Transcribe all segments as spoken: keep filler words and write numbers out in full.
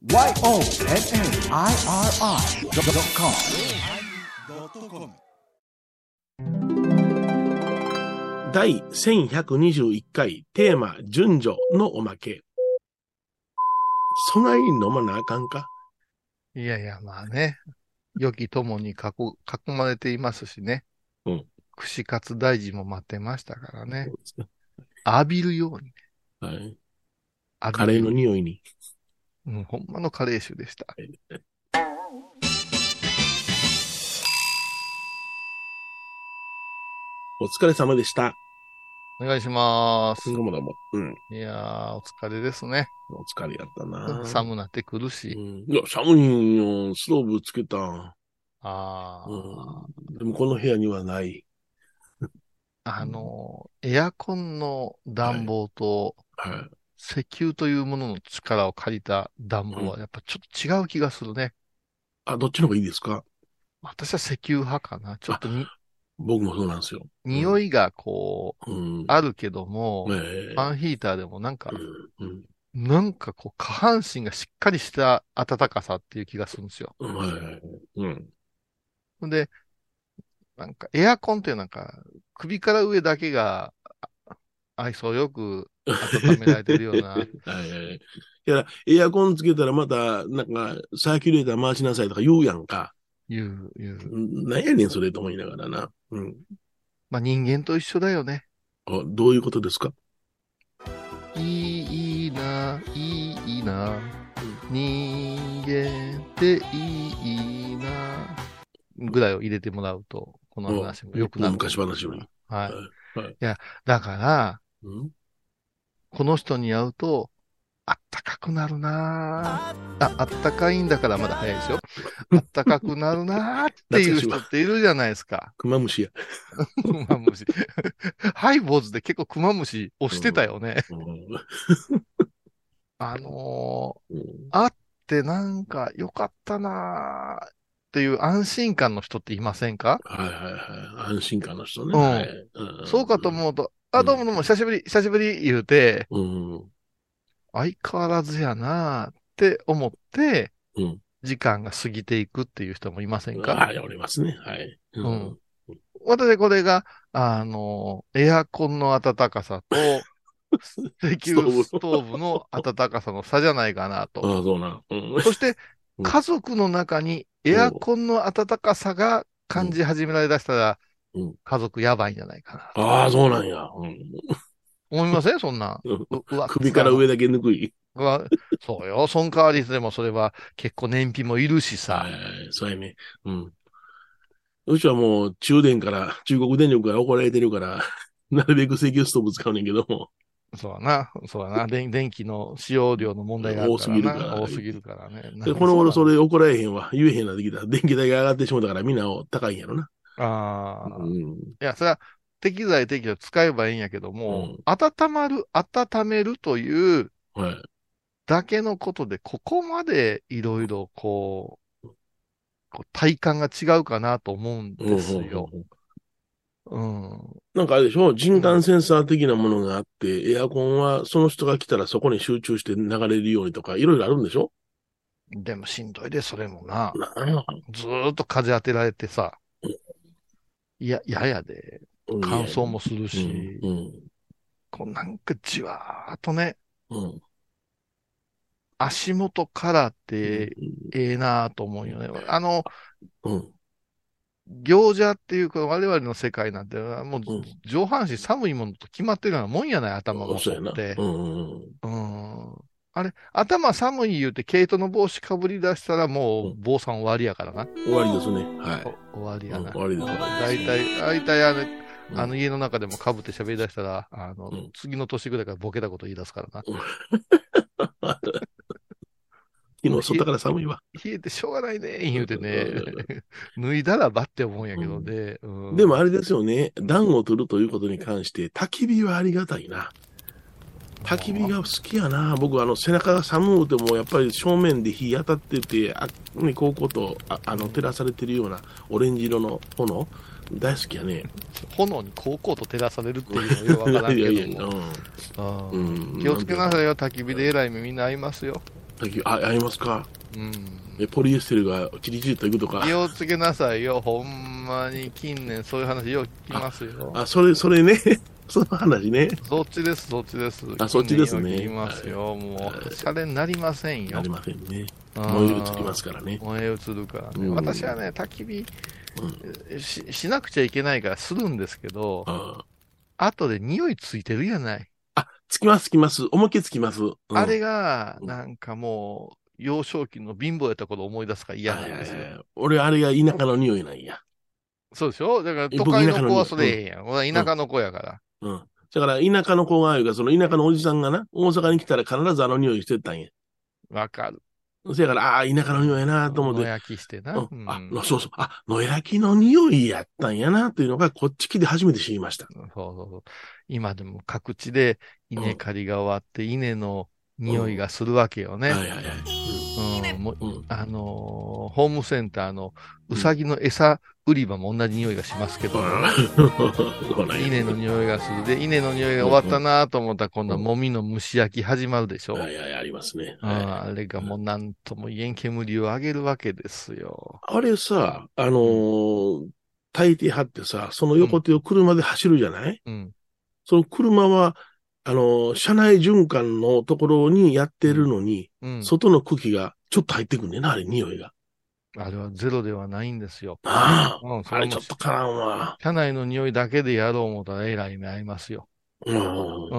ワイオーエヌエヌアイアールアイドットコム第せんひゃくにじゅういっかいテーマ順序のおまけ。そないに飲まなあかんか。 いやいや、まあね。良き友に囲囲まれていますしね。 うん。 串カツ大臣も待ってましたからねそう。ですね。 浴びるようにね。 はい。 浴びるカレーの匂いに。 うん、ほんまのカレー臭でした。 お疲れ様でした。 お願いします。 どうもどうも。うん。 いやー、お疲れですね。 お疲れやったな。 寒なってくるし。 うん、いや、寒いよ。ストーブつけた。 あー、 うん、でもこの部屋にはない。 あの、エアコンの暖房と、 はい。 石油というものの力を借りた暖房はやっぱちょっと違う気がするね。 あ、どっちの方がいいですか？ 私は石油派かな。ちょっとに、 僕もそうなんですよ。 匂いがこう、 うん。 あるけども、 ええ、 ファンヒーターでもなんか、 うん。 なんかこう、下半身がしっかりした暖かさっていう気がするんですよ。 うん。はい。うん。 で、なんかエアコンってなんか、首から上だけが愛想よく温められてるような。 はいはい。いや、エアコンつけたらまた、なんか、サーキュレーター回しなさいとか言うやんか。 いう、いう。 なんやねん、それと思いながらな。うん。 まあ人間と一緒だよね。 あ、どういうことですか？ いいな、いいな。人間っていいな。ぐらいを入れてもらうと、この話も良くなる。 昔話より。 はい。 はい。はい。 いや、だから、 うん、 この人に会うと、あったかくなるなぁ。あ、あったかいんだからまだ早いですよ。あったかくなるなぁっていう人っているじゃないですか。 クマムシや。 クマムシ。ハイボーズで結構クマムシ押してたよね。 うんうんあのうん、 ー、会ってなんか良かったなぁっていう安心感の人っていませんか？ はいはいはい。安心感の人ね。 うん。 はい。うん、 そうかと思うと、あ、 うんどうもどうも、久しぶり、久しぶり言うて、 うん。 相変わらずやなぁって思って、 うん。 時間が過ぎていくっていう人もいませんか？ はい、おりますね。はい。ううん。 ん。 私、これが、あの、エアコンの暖かさと、石油ストーブの暖かさの差じゃないかなと。 ああ、そうな。うん。 そして、 うん。 家族の中にエアコンの暖かさがうん。 感じ始められだしたら、 うん。 家族やばいんじゃないかなと。 ああ、そうなんや。うん。 思いませんそんな。う、うわ、 首から上だけぬくい。 うわ、そうよ。損変わりでもそれは結構燃費もいるしさ。 はい、そうやね。うん。うちはもう中電から、中国電力が怒られてるから、なるべく石油ストーブ使うねんけども、 そうだな。そうだな。電、電気の使用量の問題がある多すぎるかからな。 ら。 多すぎるからね。 で、 なんこの頃そでそうなの？ れ怒られへんわ。言えへんなってきた。電気代が上がってしまったからみんな高いんやろな。うああ。 ん。 いや、それは適材適所使えばいいんやけども、 うん。 温まる、温めるというはい。 だけのことで、ここまでいろいろこう、こう体感が違うかなと思うんうん、うん、 ですよ。 うん。 うん。 なんかあれでしょ、人うん。 感センサー的なものがあって、エアコンはその人が来たらそこに集中して流れるようにとか、いろいろあるんでしょ？ でもしんどいで、それもな。 なあ。 ずーっと風当てられてさ、いや、ややで、 うん、いや、 乾燥もするうん、 し、 うん、 こうなんかじわーっとね、 うん、 足元からっうん、 てええなと思うよね。あの、 うん、 行者っていうか我々の世界なんて、もううん、 上半身寒いものと決まってるようなもんやない、頭がそうやな。 凝って。 うん、うん、 うん。あれ、頭寒い言うて毛糸の帽子かぶり出したらもううん。 坊さん終わりやからな。 終わりですね。はい。 お終わりうん、 やな。 終わりです、終わりです。 だいたい、だいたいあれ、 うん、 あの家の中でもかぶって喋り出したら、あの、 うん。 次の年ぐらいからボケたこと言い出すからな。 うんもう冷え、 昨日外から寒いわ。 冷えてしょうがないね、言うてね。 う脱いだらばって思うんやけどん、 ね。うん。 でもあれですよね。暖を取るということに関して、焚き火はありがたいな。焚き火が好きやな。僕、あの、背中が寒うても、やっぱり正面で火当たってて、あ、ね、こうこうと、あ、あの、照らされてるようなオレンジ色の炎、大好きやね。 炎にこうこうと照らされるっていうのよくわからんけども。 いやいや、うん。 あうん、 ー気をつけななんていうさいよ、焚き火でえらい目みんな合いますよ。 焚き火、あ、合いますか？ うん。 え、ポリエステルがチリチリといくとか。 気をつけなさいよ。ほんまに近年そういう話よく聞きますよ。 あ、それ、それね。その話ね。 そっちです、そっちです。 あ、そっちですね。 近年よく聞きますよ。もう、シャレになりませんよ。 なりませんね。 うん燃え移りますからね。 燃え移るからね。 うん私はね、焚き火、し、しなくちゃいけないからするんですけど、 あ後で匂いついてるやない。 あ、つきます、つきます。思いっきりつきます。うん、 あれが、 うんなんかもう、幼少期の貧乏やった頃思い出すから嫌なんですよ。 はいはいはい俺、あれが田舎の匂いなんや。 そうでしょだからえ都会の子は僕田舎の匂いそれええやん。俺は田舎の子やから。 うん。だから、田舎の子が、いうか、その田舎のおじさんがな、大阪に来たら必ずあの匂いしてたんや。 わかる。 そやから、ああ、田舎の匂いやなと思って、 野焼きしてな。 うん、 うあ、 ん。 そうそう、あ、野焼きの匂いやったんやなというのが、こっち来て初めて知りました。 そうそうそう。今でも各地で稲刈りが終わって、稲の匂いがするわけよね。 はいはいはい。 うん、もう、 うんあのーホームセンターのうさぎの餌売り場も同じ匂いがしますけどね、 そうなんや稲の匂いがする。で、稲の匂いが終わったなと思ったら、今度はもみの蒸し焼き始まるでしょ。 はいはい、ありますね。 あはあれがもうなんとも言えん煙を上げるわけですよ。 い、あれさ、あのー、炊いてはってさ、その横手を車で走るじゃない、 うん。 その車は、あのー、車内循環のところにやってるのに、 うん。 外の空気がちょっと入ってくんねんな、あれ、匂いが。 あれはゼロではないんですよ。 あうん、 あ、あれちょっとからんわ。 車内の匂いだけでやろう思ったらえらい目合いますよ。 うん。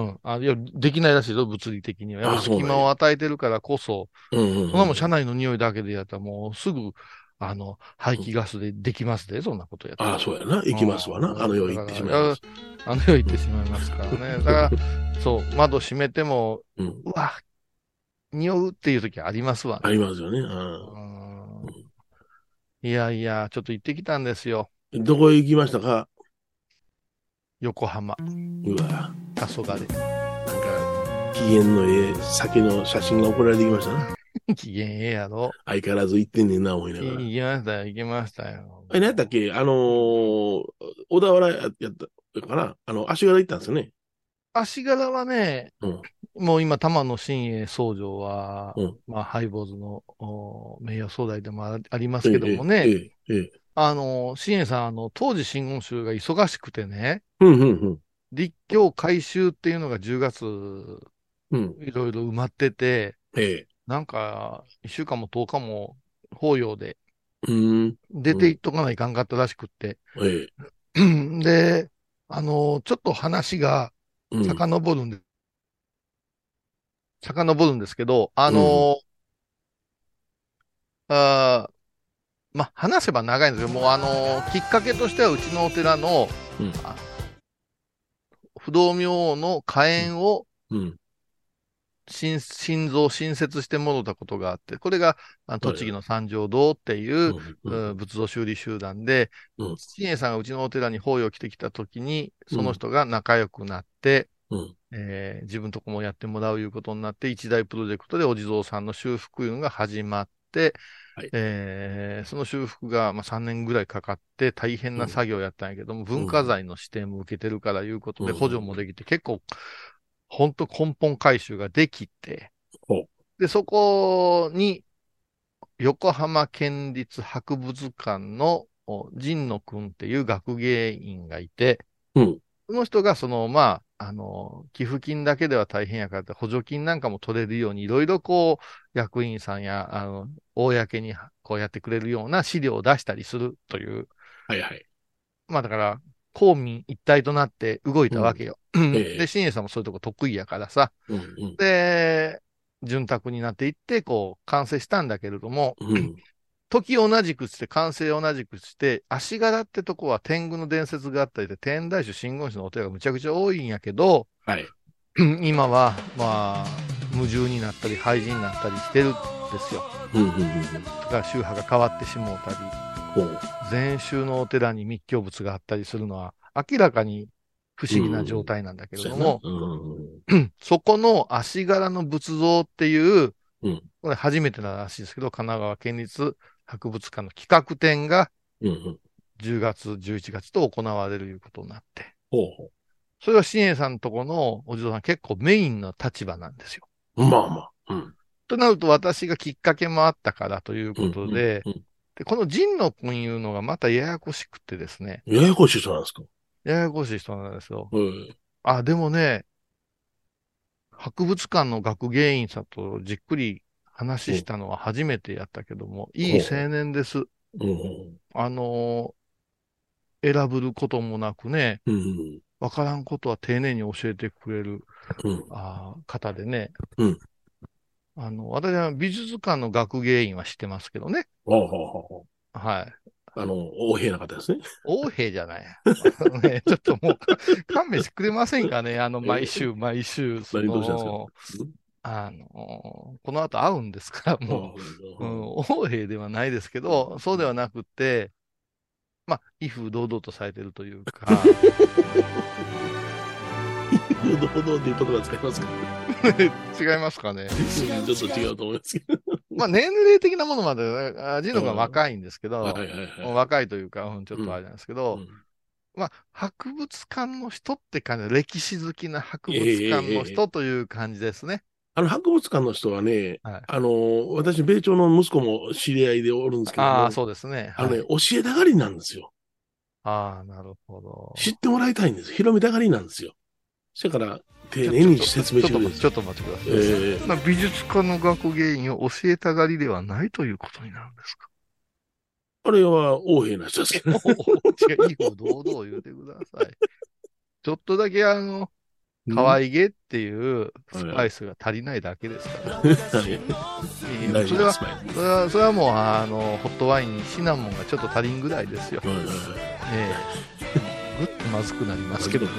うん。あ、いや、できないらしいぞ、物理的には。やっぱあ、そうなんや。 隙間を与えてるからこそ、 うんうんそんなもん車内の匂いだけでやったらもうすぐ、あの、排うん。 気ガスでできますで、そんなことやったら。 ああ、そうやな。行きますわな。あの世うん。 行ってだから、 しまいます。 あの世行ってしまいますからね。だから、そう、窓閉めても、 うん。 うわ、匂うっていう時ありますわあね。 りますよね。ううんいやいや、ちょっと行ってきたんですよ。 ん。どこへ行きましたか？ 横浜、 うわ。 黄昏。 なんか、機嫌のええ酒の写真が送られてきましたな。 機嫌ええやろ。 相変わらず行ってんねんな、思いながら。 行きましたよ、行きましたよ。 あれ、何やったっけあのー、小田原ややったかなあの、足柄行ったんですよね。 足柄はね、 うん。 もう今、玉野新栄僧正は、 うん。 まあ、ハイボーズのお名誉総代でもあありますけどもええ、えね、 え、ええ。 あの、新栄さん、あの、当時真言宗が忙しくてね、 うん、うん、うん。 立教改修っていうのがじゅうがつ、 うん。 いろいろ埋まってて、 ええ。 なんか、いっしゅうかんもとおかも法要でうん。 出ていっとかないかんかったらしくって。 ええ。 で、あの、ちょっと話がうん。 遡るんで、遡るんですけど、あうん。 の、あーまあ、話せば長いんですけど、もうあの、きっかけとしてはうちのお寺の、 うん。 あ不動明王の火炎をうん。 新、新造、新設してもろたことがあって、これが、あはい。 栃木の三条堂っていう、 うん。うん。 う仏像修理集団で、 うん。 七栄さんがうちのお寺に法要来てきた時に、そのうん。 人が仲良くなって、 うん。 えー自分とこもやってもらういうことになって、一大プロジェクトでお地蔵さんの修復いうのが始まって、 はい。 えーその修復が、まあ、さんねんぐらいかかって大変うん。 な作業やったんやけども、文化うん。 財の指定も受けてるからいうことうで補助もん。 できて、結構、本当根本改修ができて、 ほで、そこに横浜県立博物館のお神野くんっていう学芸員がいて、 う。うん。 その人がその、まあ、あの、寄付金だけでは大変やからって補助金なんかも取れるように、いろいろこう、役員さんや、あの、公にこうやってくれるような資料を出したりするという、 はいはい。 まあだから、公民一体となって動いうん。 たわけよ。で、 ええ。 新栄さんもそういうとこ得意やからさ。 うん。うん。 で、潤沢になっていって、こう、完成したんだけれども、 うん。 時同じくして、完成同じくして、足柄ってとこは天狗の伝説があったりで、天台宗真言宗のお寺がむちゃくちゃ多いんやけど、 はい。 今は、まあ、無獣になったり、廃人になったりしてるんですよ。 うん。うん。うん。 だから宗派が変わってしもうたり、 ほう。 禅宗のお寺に密教物があったりするのは、明らかに不う思議な状ん。 態なんだけれそうやな。 ども、 うん。 そこの足柄の仏像っていう、 うん。 これ初めてならしいですけど、神奈川県立博物館の企画展がうん。うん。 じゅうがつ、じゅういちがつと行われるいうことになって、 ほうほそれは新栄さんのとこのお地蔵さん結構メインの立場なんですよ。 う。まあまあ。うん。 となると私がきっかけもあったからということで、 うんうんで、この神野くんいうのがまたややこしくてですね、 ややこしい人なんですか？ ややこしい人なんですよ。 うん。 あ、でもね、博物館の学芸員さんとじっくり話したのは初めてやったけども、いい青年です。 うんあのー選ぶることもなくね、 うんうんわからんことは丁寧に教えてくれるうんあー方でね、 うんあの、私は美術館の学芸員は知ってますけどね。 ほうほうほうほはい。 う。あの、横柄な方ですね。 横兵じゃない。あのね、ちょっともうか勘弁してくれませんかね。あの、毎週毎週、そ何どうしたんですか？ の、あの、この後会うんですから、 うんもう、ううんん、横兵ではないですけど、そうではなくて、まあ、威風堂々とされてるというか、 堂々っていう言葉使いますか？ 違いますかね。 ちょっと違うと思いますけど。 まあ、年齢的なものまで、あジノが若いんですけど、 はいはいはい。 若いというか、うん、ちょっとあれなんですけど、 うんまあ、博物館の人って感じ、歴史好きな博物ええ館のええ人という感じですね。 あの、博物館の人はね、 はい。 あの、私、米朝の息子も知り合いでおるんですけどああ、 も、 そうですね。 あのね、 はい。 教えたがりなんですよ。 ああ、なるほど。 知ってもらいたいんです。広めたがりなんですよ。だから、丁ちょ、 寧にちょ、ちょ、 説明ちょっと待って、ちしてくれるんですよ。 ょっと待ってください。 ええまあ、美術館の学芸員を教えたがりではないということになるんですか？ あれは横柄な人ですけどね。 おお、違う、いい方堂々言うてください。ちょっとだけあの、可愛げっていうスパイスが足りないだけですから。いい大それは、 事なスパイそれは、それはもう、あの、ホットワインにシナモンがちょっと足りんぐらいですよ。 ス。はいはいはいええ。ぐっとまずくなりますけどね。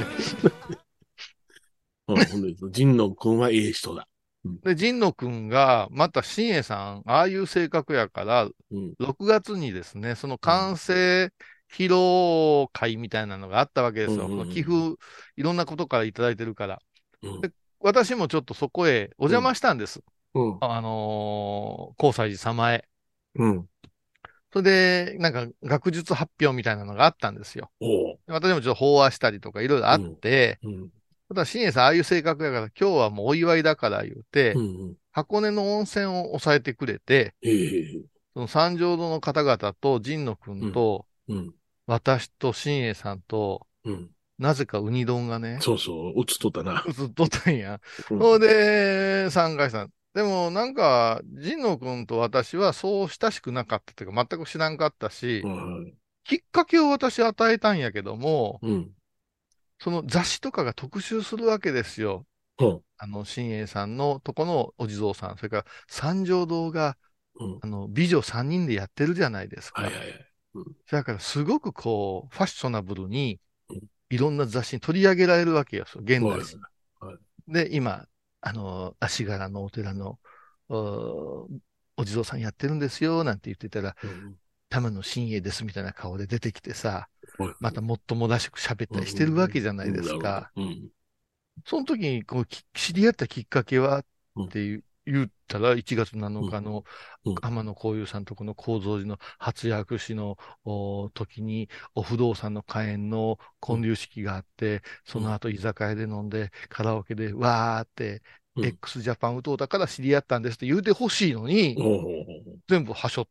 うんほんで、神野くんはええ人だ。 で、神野くんが、また、新栄さん、ああいう性格やから、 うん。 ろくがつにですね、その完成披露会みたいなのがあったわけですよ。 うんうんうん寄付、いろんなことからいただいてるから。 うんで、私もちょっとそこへお邪魔したんです。 うん。 あのー、高祭寺様へ。 うん。 それで、なんか、学術発表みたいなのがあったんですよ。 おう。 で私もちょっと法話したりとかいろいろあっうん。 て、 うん。 ただ、新栄さん、ああいう性格やから、今日はもうお祝いだから言うて、 うん。 箱根の温泉を抑えてくれて、 ええ。 その三条堂の方々と神野くんうん。 と、 うん。 私と新栄さんと、 うん。 なぜかウニ丼がね、 そうそう、映っとったな。 ずっとったんや。 うん。 それで、参加した。でも、なんか、神野くんと私はそう親しくなかったというか、全く知らんかったし、 はい。 きっかけを私与えたんやけども、 うん。 その雑誌とかが特集するわけですよ。 うん。 あの、新栄さんのとこのお地蔵さん、それから三条堂が、 うん。 あの、美女さんにんでやってるじゃないですか。 はいはいはい。うん。 だからすごくこう、ファッショナブルに、 うんいろんな雑誌に取り上げられるわけよ、現はい。 代人。 はい。 で、今、あの、足柄のお寺の、お、お地蔵さんやってるんですよ、なんて言ってたら、 うん。 玉野真栄ですみたいな顔で出てきてさ、 はい。 またもっともらしく喋っうん。 たりしてるわけじゃないでなるほど。 すか。 うん。 その時にこうき知り合ったきっかけはっうん。 ていう言ったら、いちがつ7 うん。 日のうん。 天野幸雄さんとこの高蔵寺の初薬師のお時に、お不動産の開園の建立式があって、その後居酒屋で飲んで、カラオケでわーって、 うん。 x ジャパン歌うたから知り合ったんですって言うてほしいのに、 おう全部はしょって、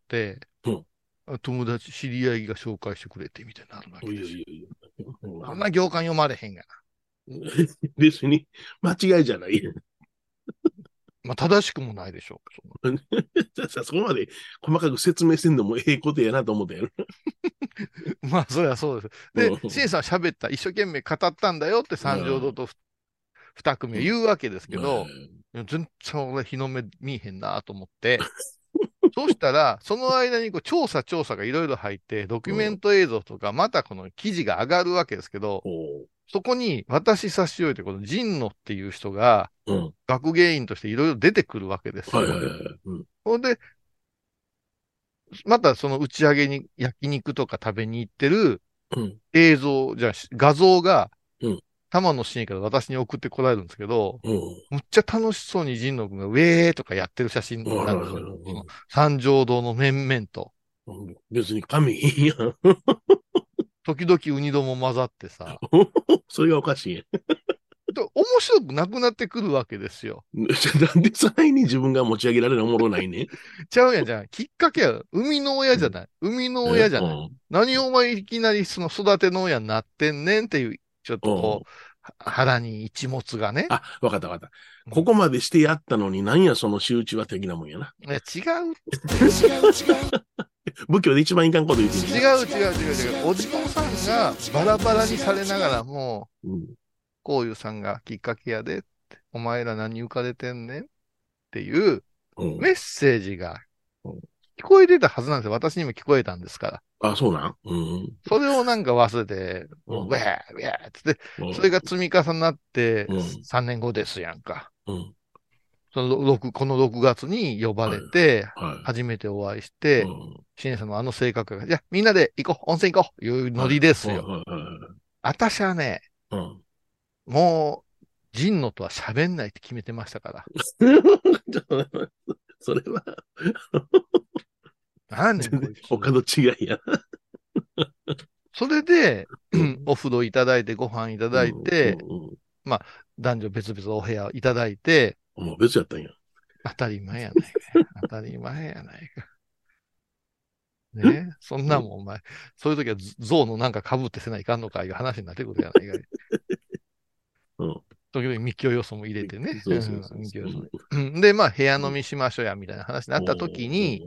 おう友達、知り合いが紹介してくれてみたいになるわおう。いやけですよ。 いやいや。うんあんな行間読まれへんがな。 別に間違いじゃない。 まあ、正しくもないでしょう。 さそこまで細かく説明せんのもええことやなと思ったやろ。 まあ、そりゃそうです。で、 うんシンさん喋った、一生懸命語ったんだよって三条堂とふ二組は言うわけですけど、いや全然俺日の目見えへんなと思って、そうしたら、その間にこう調査調査がいろいろ入って、ドキュメント映像とか、またこの記事が上がるわけですけど、そこに私差し置いて、この神野っていう人が、 うん。 学芸員としていろいろ出てくるわけですよ。 はいはいはい。うん。 ほんで、またその打ち上げに焼肉とか食べに行ってるうん。 映像、じゃあ画像が、 うん玉野真から私に送ってこられるんですけど、 うん。 むっちゃ楽しそうに神野くんがウェーとかやってる写真うん。 なんですよ。 うんその三条堂の面々と。 うん別に神いいやん。 時々ウニ丼も混ざってさ。 それがおかしいやん。 と面白くなくなってくるわけですよ。 なんでそないに自分が持ち上げられるおもろないね。 ちゃうやん、じゃん。きっかけや。生みの親じゃない。生みの親じゃない。 うん。 何をお前いきなりその育ての親になってんねんっていう、ちょっとこう、は腹に一物がね。 あ、わかったわかった。 うんここまでしてやったのに何やその仕打ちは的なもんやな。 いや、違う。 仏教で一番いかんこと言ってん違う違う違う違う。おじのさんがバラバラにされながらも、 うん。 こういうさんがきっかけやでって、お前ら何浮かれてんねんっていううん。 メッセージがうん聞こえてたはずなんですよ。私にも聞こえたんですから。 あ、そうなんうん。 それをなんか忘れて、 うんウェー、ウェーってって、 うんそれが積み重なってうんさんねんごですやんか。 うん。 そのろくこのろくがつに呼ばれて、 はい。 初めてお会いしうて、 ん。 シネさんのあの性格が、いや、みんなで行こう、温泉行こう、いうノリですよ。 はいはいはいはい私はね、 うん。 もう、ジンノとは喋んないって決めてましたから。 ちょっと待ってそれは、 なんねん、 全然こいつ。 他の違いやな。 それで、 うんお風呂いただいて、ご飯いただいて、 うんまあ、男女別々お部屋いただいて、 うんもう別やったんや。 当たり前やないかよ。当たり前やないか。ねそんなもん、お前、そういう時はゾ象のなんか被ってせないかんのかいう話になってくるやないかい。 うん。 時々密教要素も入れてね。 そうそうそううん密教要素もううんで、まあ、部屋飲みしましょうや、みたいな話になった時に、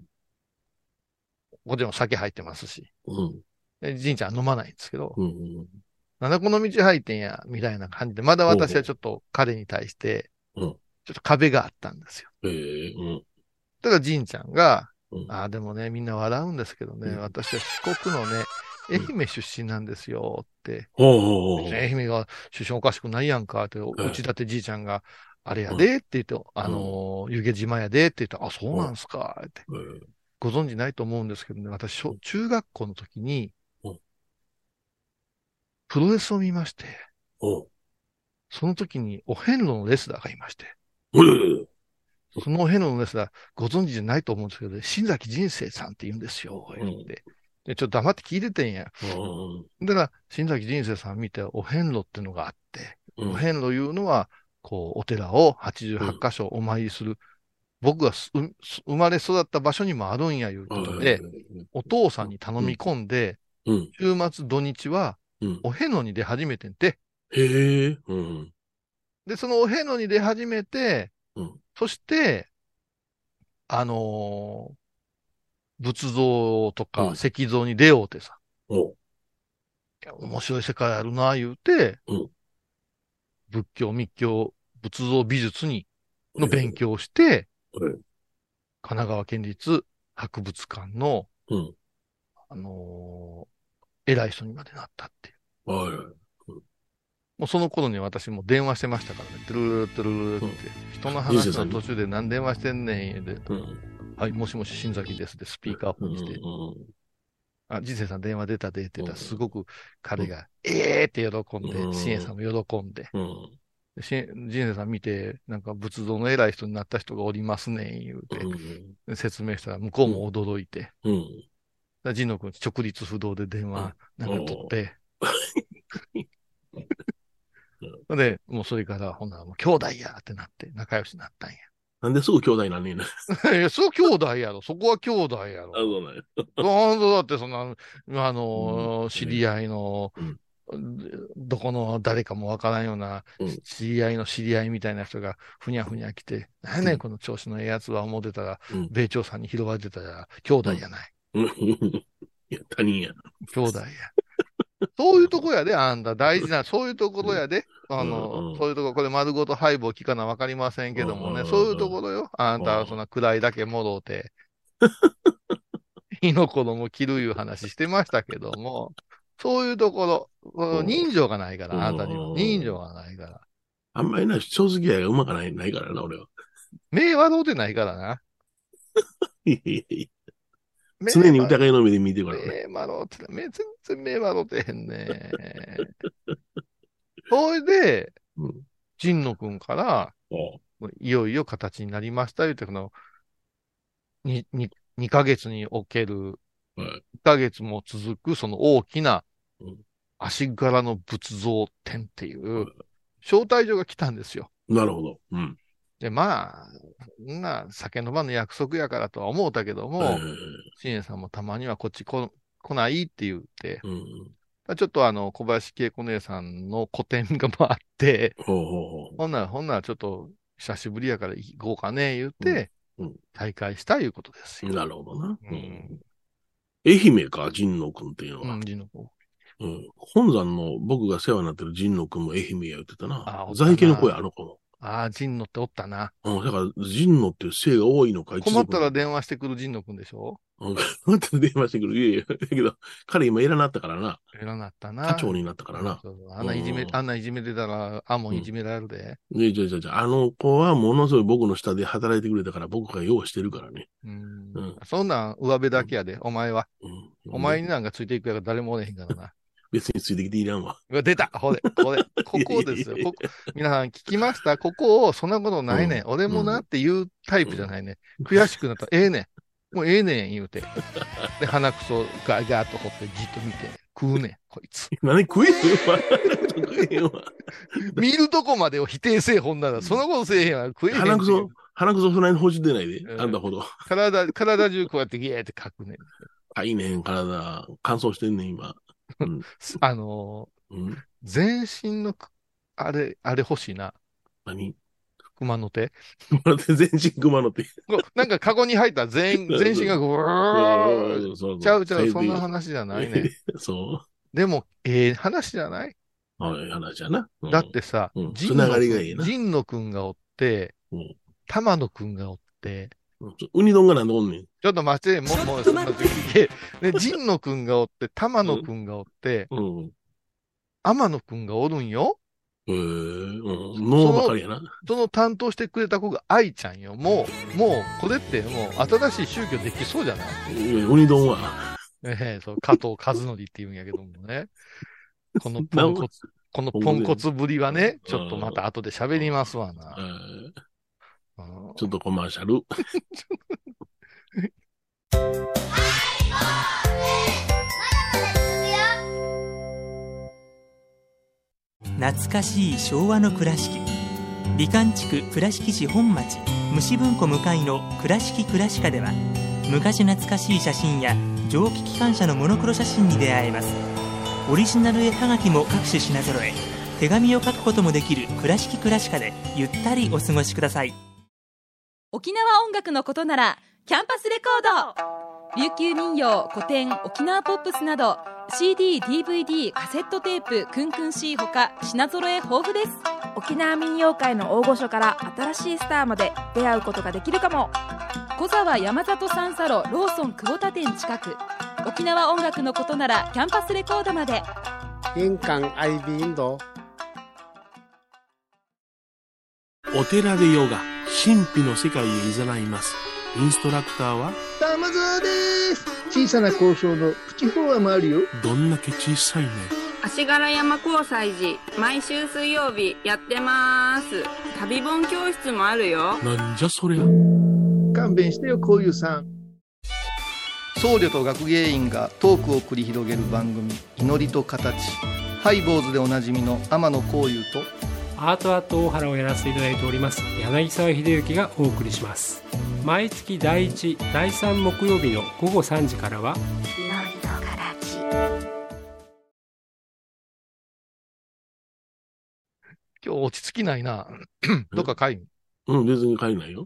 もちろん酒入ってますし、 うん。 でじいちゃん飲まないんですけど、 うん。うん。 なんだこの道入ってんや、みたいな感じで、まだ私はちょっと彼に対して、 うん。 ちょっと壁があったんですよ。 ええうん。 だから、じんちゃんが、 うん。 ああ、でもね、みんな笑うんですけどね、 うん私は四国のね、愛媛出身なんですよって。 ほうほうほうほう。 愛媛が出身おかしくないやんかって、 はいうちだってじいちゃんが、あれやでって言って、あのー、湯気島やでって言って、あ、そうなんすかって。 ええご存知ないと思うんですけどね、私、小中学校の時にうん、 プロレスを見まして、 おう。 その時にお遍路のレスラーがいまして、 うえそのお遍路のレスラー、ご存知じゃないと思うんですけど、新崎人生さんって言うんですよ、 うん言って。で、ちょっと黙って聞いててんや。 うん。 だから、新崎人生さん見て、お遍路ってのがあって、 うんお遍路いうのは、こう、お寺をはちじゅうはち箇所お参りする。僕がすう生まれ育った場所にもあるんやいうことで、お父さんに頼み込んで、 うん。 週末土日はうん。 お遍路に出始めてんて。 へえ。うん。 で、そのお遍路に出始めて、 うん。 そして、あのー仏像とかうん石像に出ようてさ、 おう。 いや面白い世界あるな、言うて、 うん仏教、密教、仏像美術に、の勉強をして、 うん。 神奈川県立博物館の、 うん。 あのー偉い人にまでなったっていう。 はい。 もうその頃に私も電話してましたからね。トゥルルルトゥルルルって。人の話の途中で何電話してんねん。で、 うん。 はい、もしもし新崎ですで、スピーカーフうん。 ォンにして、 うん。 あ、人生さん電話出たでって言ったら、 うんすごく彼が、ええーって喜んで、 うん新栄さんも喜んで、 うん。 でし人生さん見て、なんか仏像の偉い人になった人がおりますねん、言うて、で説明したら、向こうも驚いて、 うん。 だ神野くん直立不動で電話なんか取って、で、もうそれから、ほんならもう兄弟やってなって、仲良しになったんや。 なんですぐ兄弟なんねんな。 いや、そう兄弟やろ。そこは兄弟やろ。 あ、そうなんや。 なんだって、そんな、あのーうん知り合いの、 うんどこの誰かもわからんような、 うん知り合いの知り合いみたいな人がふにゃふにゃ来て、なんやねん、この調子のええやつは思ってたら、 うん米朝さんに拾われてたら、兄弟やない。 うん。いや、他人や。 兄弟や。そういうとこやで、あんた。大事な、そういうところやで。あの、 うんうんそういうところ、これ丸ごとハイボー聞かなわかりませんけどもね、 うんうんうんそういうところよ。あんたはそんな位だけ戻って、火の粉も切るいう話してましたけども、そういうところ、この人情がないから、あんたには。 うん人情がないから。 あんまりな、正直やがうまくないないからな、俺は。 目笑うてないからな。 いやいやいや目常に疑いの目で見てるからね。 目笑うてない。目全然目笑うてへんね。それで、 うん。 神野くんから、 おいよいよ形になりましたよって、この、に、に、にかげつにおける、 はい。 いっかげつも続くその大きなうん足柄の仏像展っていはう招待状が来たんですよ。 なるほど。うん。 で、まあ、そんな酒飲まぬ約束やからとは思うたけどえも、 ー新栄さんもたまにはこっち来来ないって言って、 うん。 ちょっとあの、小林恵子姉さんの個展がもあって、 ほうほうほほんなら、ほんならちょっと久しぶりやから行こうかね、言っうんて、 うん再開したいうことですう。 よ。 なるほどな。 ううんん。愛媛か、神野くんっていうのは。 うん、字の子。 うん。本山の僕が世話になってる神野くんも愛媛や言ってたな。 あおったな在家の声あの子も。 ああ、神野っておったな。 うん。だから、神野っていう姓が多いのか、一族の困ったら電話してくる神野くんでしょ？ うん。また電話してくる。いやいや。だけど、彼今いらなったからな。 偉なったな。 課長になったからな。 そうそうあんないじめ、 うんあんないじめてたら、あもんいじめられるで。 ねじゃじゃじゃあの子はものすごい僕の下で働いてくれたから僕が用意してるからね。 うんうんそんなん上辺だけやで、お前は。 うん。 お前になんかついていくやから誰もおれへんからな。 別についてきていらんわ。 うわ出たほれ、これ、ここですよ。ここ皆さん聞きましたここを、そんなことないねん。 うん俺もなっていうタイプじゃないね。悔しくなったら、ええねん。もうええねん言うて。で、鼻くそガーガーっと掘ってじっと見て、食うねん、こいつ。 何食えへんわ。食えへんわ。 見るとこまでを否定せえほんなら、そのことせえへんわ、食えへんっていう。 鼻くそ、鼻くそそないにほじってないで、 うんあんたほど。 体、体中こうやってギーってかくねん。 あ、いいねん、体。乾燥してんねん、今。うん。 あのうん。 ー全身のく、あれ、あれ欲しいな。 何熊の手。 熊の手、全身熊の手。 こうなんかカゴに入ったら全員、全身がぐーそうそうちゃうちゃう、 最低そんな話じゃないね。 そでも、ええ話じゃない？ う。はい、話やな。うんだってさ、 うん神つなが野りがいいな。 くん、神野くんがおって、 うん玉野くんがおって、 うんちょウニ丼がなんでおんねん。 ちょっと待って、もう、もう、ちょっと待って、で、神野くんがおって、玉野くんがおって、 うん。 天野くんがおるんよ。 へえ、うん。脳ばかりやな。 その担当してくれた子が愛ちゃんよ。もう、もう、これってもう新しい宗教できそうじゃない？ いやウニ丼は。 ええそう、加藤和則って言うんやけどもね。このポンコツ、このポンコツぶりはね、ちょっとまた後で喋りますわな。 えーうんちょっとコマーシャル。 懐かしい昭和の倉敷、美観地区倉敷市本町虫文庫向かいの倉敷倉歯科では、昔懐かしい写真や蒸気機関車のモノクロ写真に出会えます。オリジナル絵はがきも各種品揃え、手紙を書くこともできる倉敷倉歯科でゆったりお過ごしください。 沖縄音楽のことならキャンパスレコード、琉球民謡、古典、沖縄ポップスなど シーディー、ディーブイディー、カセットテープ、クンクン C ほか品揃え豊富です。 沖縄民謡界の大御所から新しいスターまで出会うことができるかも。 小沢山里三佐路ローソン久保田店近く。沖縄音楽のことならキャンパスレコードまで。 玄関アイビーインド。 お寺でヨガ、神秘の世界へ誘います。インストラクターは玉沢です。小さな交渉のプチフォアもあるよ。 どんだけ小さいね。 足柄山交際時毎週水曜日やってます。旅本教室もあるよ。 なんじゃそりゃ。 勘弁してよ、こういうさん。 僧侶と学芸員がトークを繰り広げる番組、祈りと形。ハイ坊主でおなじみの天野幸雄とアートアート大原をやらせていただいております柳沢秀幸がお送りします。毎月だいいち、だいさん木曜日のごごさんじからは今日落ち着きないな。どっか帰る？ うん、別に帰んないよ。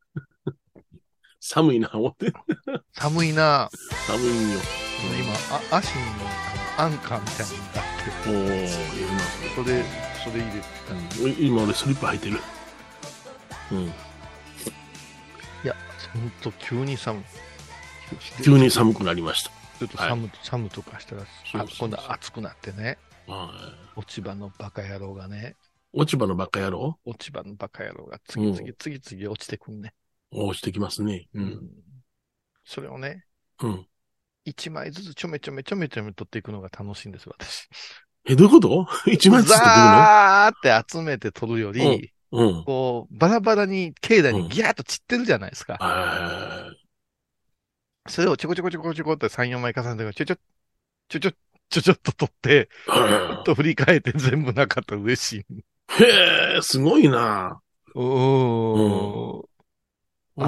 寒いな、思って。 寒いな。 寒いよ。 今、あ足にあのアンカーみたいなのがあって。 おー、いいな。 それ、それ入れて。 今俺スリッパ履いてる。うん。 いや、ほんと急に寒い。 急に寒くなりました。 ちょっと寒、はい、寒とかしたら、 そうそうそうあ今度は暑くなってね。 はい、 落ち葉のバカ野郎がね。 落ち葉のバカ野郎落ち葉のバカ野郎が次々、うん、次々落ちてくんね。 落ちてきますね。うん。うん、 それをね、 うん。 一枚ずつちょめちょめちょめちょめ取っていくのが楽しいんです、私。 え、どういうこと一枚ずつ取っていくの？ ザーって集めて取るより、 うん。 こう、バラバラに境内にギャーッと散ってるじゃないですか。 うん、 それをちょこちょこちょこちょこってさん、よんまい重ねて、ちょちょ、ちょちょ、ちょちょっと取って、と振り返って全部なかったら嬉しい。 へえ、すごいな。 うーん。 うん。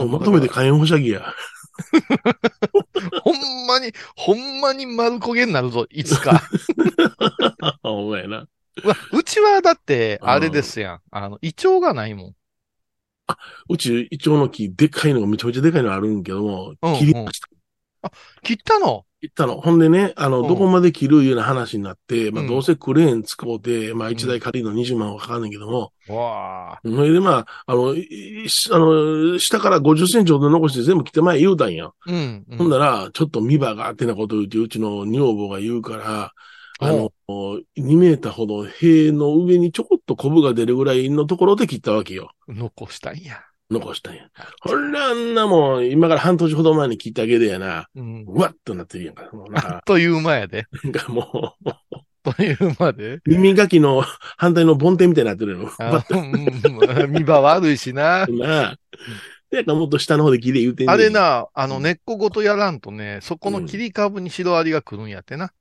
まとめて火炎放射器や。 ほんまに、ほんまに丸焦げになるぞ、いつか。 お前な。 うわ、うちはだって、あれですやん。あの、胃腸がないもん。 あ、うち、イチョウの木、でっかいのがめちゃめちゃでかいのあるんけども、 うんうん切りました。 あ、切ったの切ったの。ほんでね、あの、 うんどこまで切るいうような話になって、まあ、 うんどうせクレーン使うて、まあ、一うん台借りるのにじゅうまんはかかんねんけども、 わあ。 それでまあ、あの、いいあの、下からごじゅっセンチほど残して全部切って前言うたんや。 うん、うん。 ほんだら、ちょっと見場があってなことを言って、うちの女房が言うから、あの、にメーターほど塀の上にちょこっとコブが出るぐらいのところで切ったわけよ。 残したんや。 残したんや。ほら、あんなもん、今から半年ほど前に切ったあげでやな、 うん。 うわっとなってるやんか。もうなんかあっという間やで。 なんかもう、 という間で。 耳かきの反対の梵天みたいになってるの。 あうんうん見場悪いしな。 なあ。なんかもっと下の方で切れ言うてんねんあれな、あの根っこごとやらんとね、そこの切り株にシロアリが来るんやってな。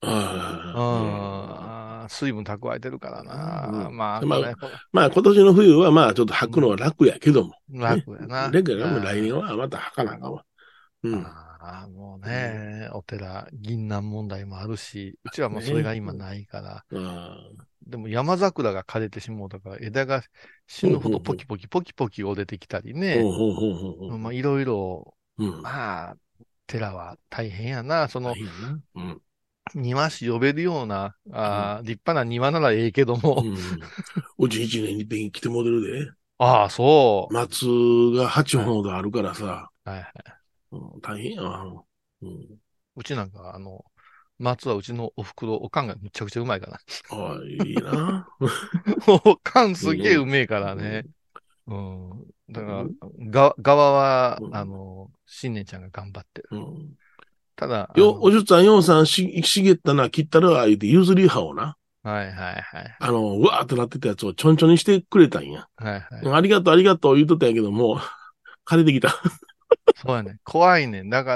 ああ、水分蓄えてるからな。まあ、 まあこれまあ今年の冬はまあちょっと履くのは楽やけども。 楽やな。 だけども来年はまた履かなあかんわ。うん。 ああ、もうね、お寺、銀杏問題もあるし、うちはもうそれが今ないから。でも山桜が枯れてしもうだから枝が死ぬほどポキポキポキポキ折れてきたりね。まあいろいろ、まあ、寺は大変やな。その、庭師呼べるような、あ立派な庭ならええけども。 うち一年に一遍来て戻るで。 ああ、そう。 松がはちほんほどあるからさ。 はいはい。 大変やわ。 うちなんか、あの、松はうちのお袋、おかんがむちゃくちゃうまいから。 ああ、いいな。 おかんすげえうめえからね。うん。だから、が、側は、あの、新年ちゃんが頑張ってる。ただ、 よ、おじゅっさん、ようさん、し、しげったな、切ったら、言うて、譲り派をな。 はいはいはい。 あの、うわーってなってたやつをちょんちょんにしてくれたんや。 はいはい。 ありがとう、ありがとう言うとったんやけども、枯れてきた。 そうやね。怖いねん。だから、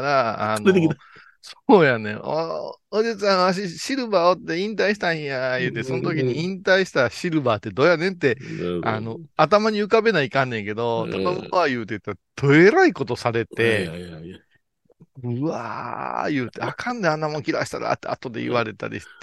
あの、そうやねん。お、おじさん、わし、シルバーおって引退したんや、言うて、その時に引退したシルバーってどうやねんって、あの、頭に浮かべないかんねんけど、頼むわ、言うてたら、どえらいことされて、うわー、言うて、あかんであんなもん切らしたらって後で言われたりして、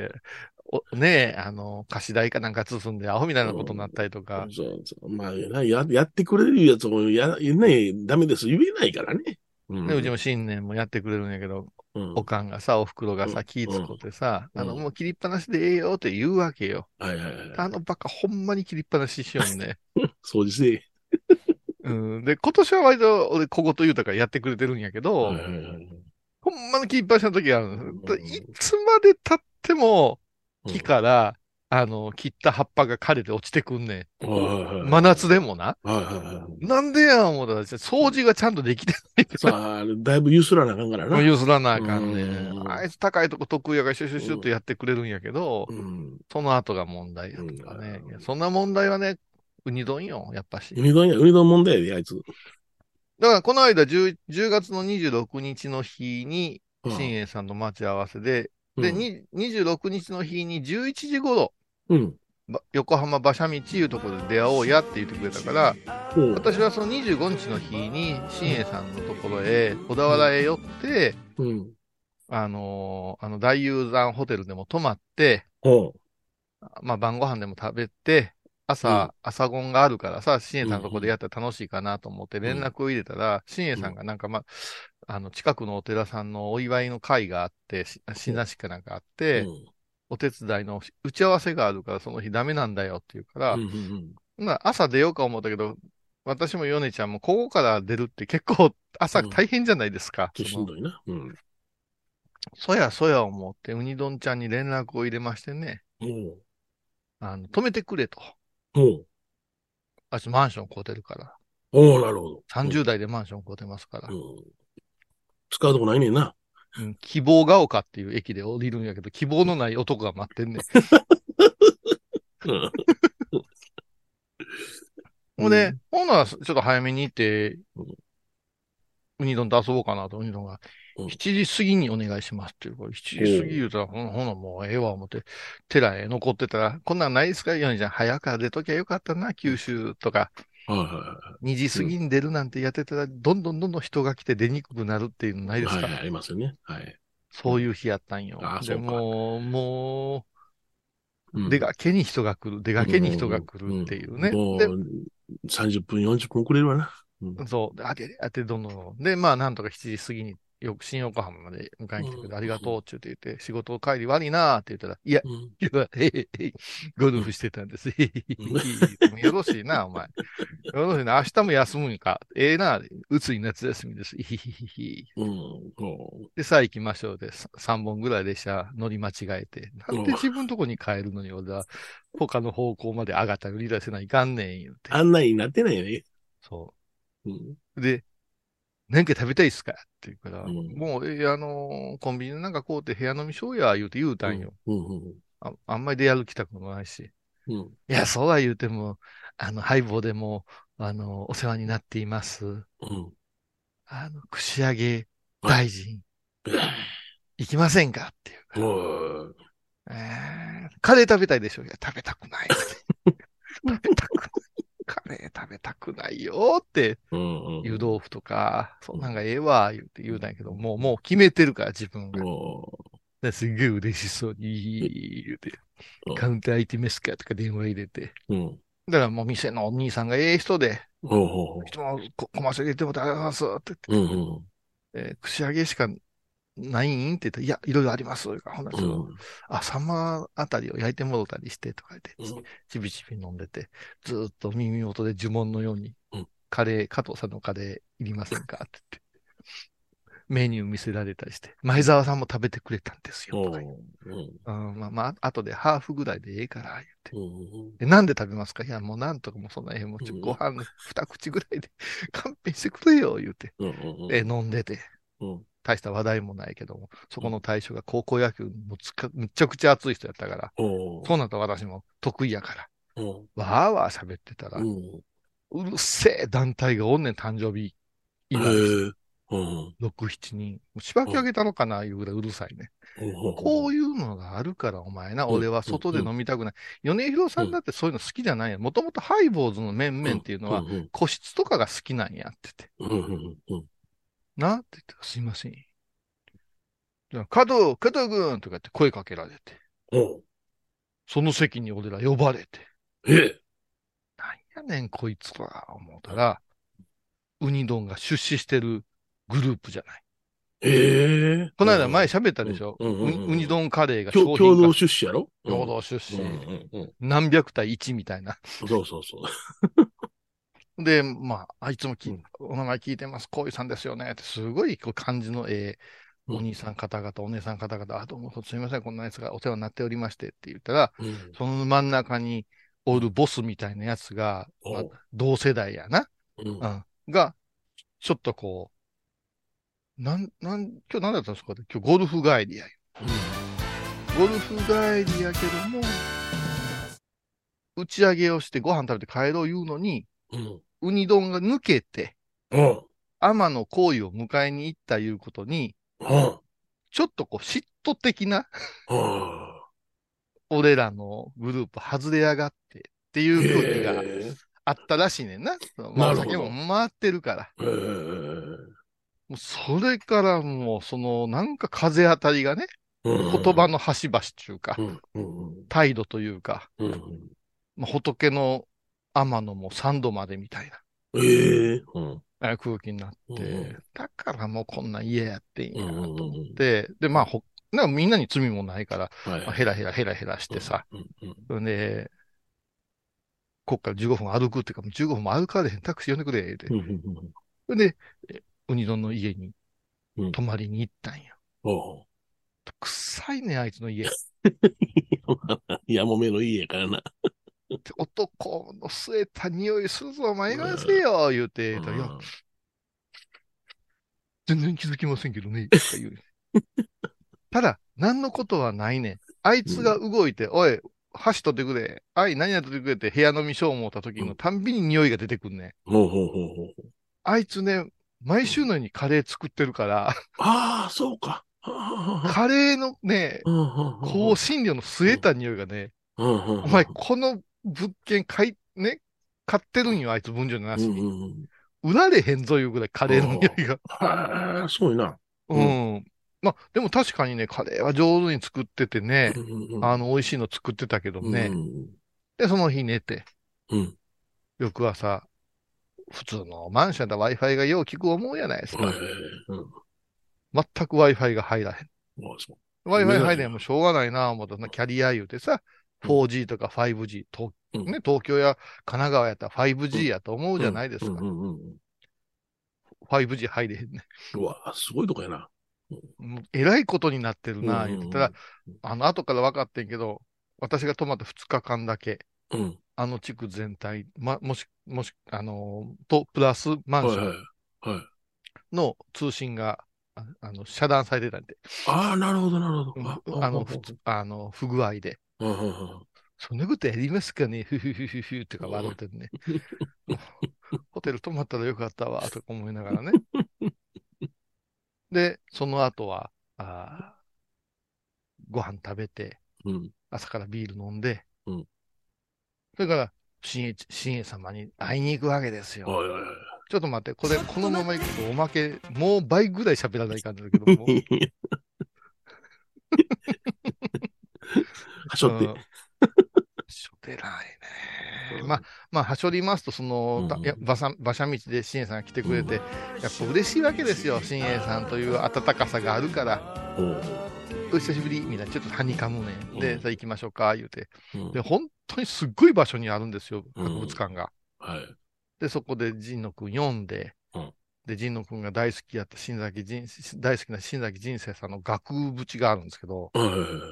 おねえ、あの、貸し代かなんか包んで、アホみたいなことになったりとか。 そうそう。まあ、や、やってくれるやつも、や、ね、ダメです。言えないからね。 うん、でうちも新年もやってくれるんやけど、うん、おかんがさ、お袋がさ、気ぃつこてさ、うん、あの、もう切りっぱなしでええよって言うわけよ。はいはいはい。あのバカほんまに切りっぱなししよんね。 掃除せえ。 うん。で、今年は割と俺小言言うたからやってくれてるんやけど、はいはいはい、ほんまの切りっぱなしの時は、うん、いつまで経っても木から、うん、あの、切った葉っぱが枯れて落ちてくんねん。真夏でもな。はいはいはい、なんでや思うたら、掃除がちゃんとできてないから。 さあ、だいぶゆすらなあかんからな。 ゆすらなあかんねん。あいつ高いとこ得意やからシュシュシュッとやってくれるんやけど、うん、その後が問題やとかね、うん。そんな問題はね、ウニ丼よ、やっぱし。 ウニ丼や、ウニ丼問題やで、あいつ。 だからこの間 10, じゅうがつのにじゅうろくにちの日に、新栄さんの待ち合わせで、うん、で、にじゅうろくにちの日にじゅういちじ頃、うん横浜馬車道いうところで出会おうやって言ってくれたから、うん、私はそのにじゅうごにちの日に新栄さんのところへ小田原へ寄って、うん、あのー、あの大雄山ホテルでも泊まって、うん、まあ晩ご飯でも食べて朝、うん、朝ごんがあるからさ、新栄さんのところでやったら楽しいかなと思って連絡を入れたら、新栄さんがなんかまああの近くのお寺さんのお祝いの会があって新しかなんかあって、うんお手伝いの打ち合わせがあるからその日ダメなんだよって言うから、うんうんうん、朝出ようか思ったけど、私もヨネちゃんもここから出るって結構朝大変じゃないですか。 うん、しんどいな。うん、 そやそや思ってウニ丼ちゃんに連絡を入れましてね。うん、あの止めてくれと。うん、あいつマンション買うてるから。 おおなるほど。 さんじゅう代でマンション買うてますから。うん、 使うとこないねんな。 うん、希望が丘っていう駅で降りるんやけど、希望のない男が待ってんねん。ほんで、ほんならちょっと早めに行って、 ウニ丼と遊ぼうかなと、ウニ丼が、しちじ過ぎにお願いしますっていうから、しちじ過ぎ言うたら、ほんほなもうええわ思って、寺へ残ってたら、こんなんないですかヨニちゃん、早くから出ときゃよかったな、九州とか。にじ過ぎに出るなんてやってたら、どんどんどんどん人が来て出にくくなるっていうのないですか？ はい、ありますよね。はい。 そういう日やったんよ。 ああ、 でそうか。 もう、もう、出がけに人が来る、出がけに人が来るっていうね。 もで、 う、さんじゅっぷん、よんじゅっぷん遅れるわな。 そう。で、あて、あて、どんどん。で、まあ、なんとかしちじ過ぎに、よく新横浜まで迎えに来てくれて、ありがとうって言って言って、仕事帰り悪いなーって言ったら、いや、いや、へへへ、ゴルフしてたんです。へへへ、よろしいな、お前。よろしいな、明日も休むんか。ええな、うつい夏休みです。ひひひひ。で、さあ行きましょうで、さんぼんぐらい列車乗り間違えて、なんで自分のとこに帰るのに、俺は、他の方向まで上がったり降り出せないかんねん、言うて。 案内になってないよね。 そう。うん、で、何か食べたいっすかって言うから、うん、もう、えー、あのー、コンビニなんかこうって部屋飲みしようや、言うて言うたんよ。うんうんうん、あ, あんまり出歩きたくもないし。うん、いや、そうは言うても、あの、ハイボーでも、あの、お世話になっています。うん、あの、串揚げ大臣、行きませんかっていうから。えー、カレー食べたいでしょ？いや、食べたくない。食べたくない。カレー食べたくないよって、うんうん、湯豆腐とか、そんなんがええわ、言うて言うたんやけど、もう、もう決めてるから、自分が。ですげえ嬉しそうに、言うて、カウンター空いてますかとか電話入れて。うん、だからもう店のお兄さんがええ人で、いつもコマーシャル入れてもらってありがとうございますって言って、うんうんえー、串揚げしかないんって言ったら、いや、いろいろあります。ほな、うん、あ、サンマあたりを焼いてもろたりしてとか言って、うん、ちびちび飲んでて、ずーっと耳元で呪文のように、うん、カレー、加藤さんのカレーいりませんかって言って、メニュー見せられたりして、前澤さんも食べてくれたんですよとか言って、うんうん、まあまあ、後でハーフぐらいでええから、言って、うんで。なんで食べますか？いや、もうなんとかもうそんな、ええ、もうちょ、ご飯二口ぐらいで勘弁してくれよ、言うて、うんうんうん、え飲んでて。うん大した話題もないけども、そこの大将が高校野球もつかむちゃくちゃ熱い人やったから、そうなったら私も得意やから、わーわー喋ってたら、うるせえ団体がおんねん、誕生日祝い。ろく、しちにん。しばき上げたのかな、いうぐらいうるさいね。こういうのがあるから、お前な、俺は外で飲みたくない。米広さんだってそういうの好きじゃないや。もともとハイボーズの面々っていうのは、個室とかが好きなんやってて。なって言ったら、すいません。加藤、加藤君とかって声かけられて。おその席に俺ら呼ばれて。えなんやねん、こいつら、思ったら、ウニ丼が出資してるグループじゃない。ええこの間前喋ったでしょ、うんうんうんうん、ウニ丼カレーが商品化。共同出資やろ共同出資、うんうんうん。何百対いちみたいな。 そうそうそう。 で、まあ、あいつもき、うん、お名前聞いてます。こういうさんですよね。ってすごいこう感じのええお兄さん方々、お姉さん方々、あ、どうもすみません、こんなやつがお世話になっておりましてって言ったら、うん、その真ん中におるボスみたいなやつが、まあ、同世代やな、うんうん、が、ちょっとこう、なん、なん、今日何だったんですか？今日ゴルフ帰りやよ、うん。ゴルフ帰りやけども、打ち上げをしてご飯食べて帰ろう言うのに、うん、ウニ丼が抜けて、うん、天の行為を迎えに行ったいうことに、うん、ちょっとこう嫉妬的な、うん、俺らのグループ外れやがってっていう空気があったらしいねんな。まあ、お酒も回ってるから。もうそれからもうそのなんか風当たりがね、うん、言葉の端々というか、うんうん、態度というか、うんまあ、仏の天野も三度までみたいな。えーうん空気になって、うん、だからもうこんな家やってんやと思って、うん、で、まあほ、なんかみんなに罪もないから、はいまあ、ヘラヘラヘラヘラしてさ、うんうん、で、こっからじゅうごふん歩くっていうか、じゅうごふんも歩かれへん、タクシー呼んでくれ、で、うん、で、ウニ丼の家に泊まりに行ったんや。うん、臭いね、あいつの家。 やもめの家やからな。 男の据えた匂いするぞ、お前がせよ、言うて、うん、いや、全然気づきませんけどね、とか言う。ただ、何のことはないねん。あいつが動いて、うん、おい、箸取ってくれ、あい、何やってくれって部屋飲みしよう思った時のたんびに匂いが出てくんねん。うん、あいつね、 毎週のようにカレー作ってるから、 ああ、そうか。 カレーのね、香辛料の据えた匂いがね、お前この物件買い、ね、買ってるんよ、あいつ分量なしに。売られへんぞいうぐらいカレーの匂いが。 はあ、そうやな。 うん。まあ、でも確かにね、カレーは上手に作っててね、あの、美味しいの作ってたけどね。で、その日寝て、翌朝、普通のマンションだ Wi-Fi がよう効く思うやないですか。全く Wi-Fi が入らへん。Wi-Fi 入れんもしょうがないなぁ思ったら、キャリア言うてさ、フォージー とか ファイブジー、とね、東京や神奈川やったら ファイブジー やと思うじゃないですか。ファイブジー 入れへんね。 うわ、すごいとこやな。 えらいことになってるなぁ言ってたら、あの、後から分かってんけど、私が泊まったふつかかんだけ、うん、あの地区全体、ま、もし、もし、あのー、と、プラスマンションの通信が、あ, あの遮断されてたんで。 ああ、なるほど、なるほど。あの、あの不具合で。そんなことやりますかねふふふふふってか笑ってるね。ホテル泊まったらよかったわ、とか思いながらね。で、その後は、あご飯食べて、うん、朝からビール飲んで、うん、それから、新栄、新栄様に会いに行くわけですよ。おいおいおい、ちょっと待って、これ、このまま行くとおまけ、もう倍ぐらい喋らないかんだけども。 はしょって。はしょってないね。まあ、まあ、はしょりますと、その、うん、いや馬車、馬車道で新栄さんが来てくれて、やっぱ嬉しいわけですよ。新栄さんという温かさがあるから。お久しぶりみたいな、ちょっとはにかむね。で、さあ行きましょうか、言うて。で、本当にすっごい場所にあるんですよ、博物館が。はい。で、そこで神野くん読んで、うん、で、神野くんが大好きやった新崎人、大好きな新崎人生さんの額縁があるんですけど、うん、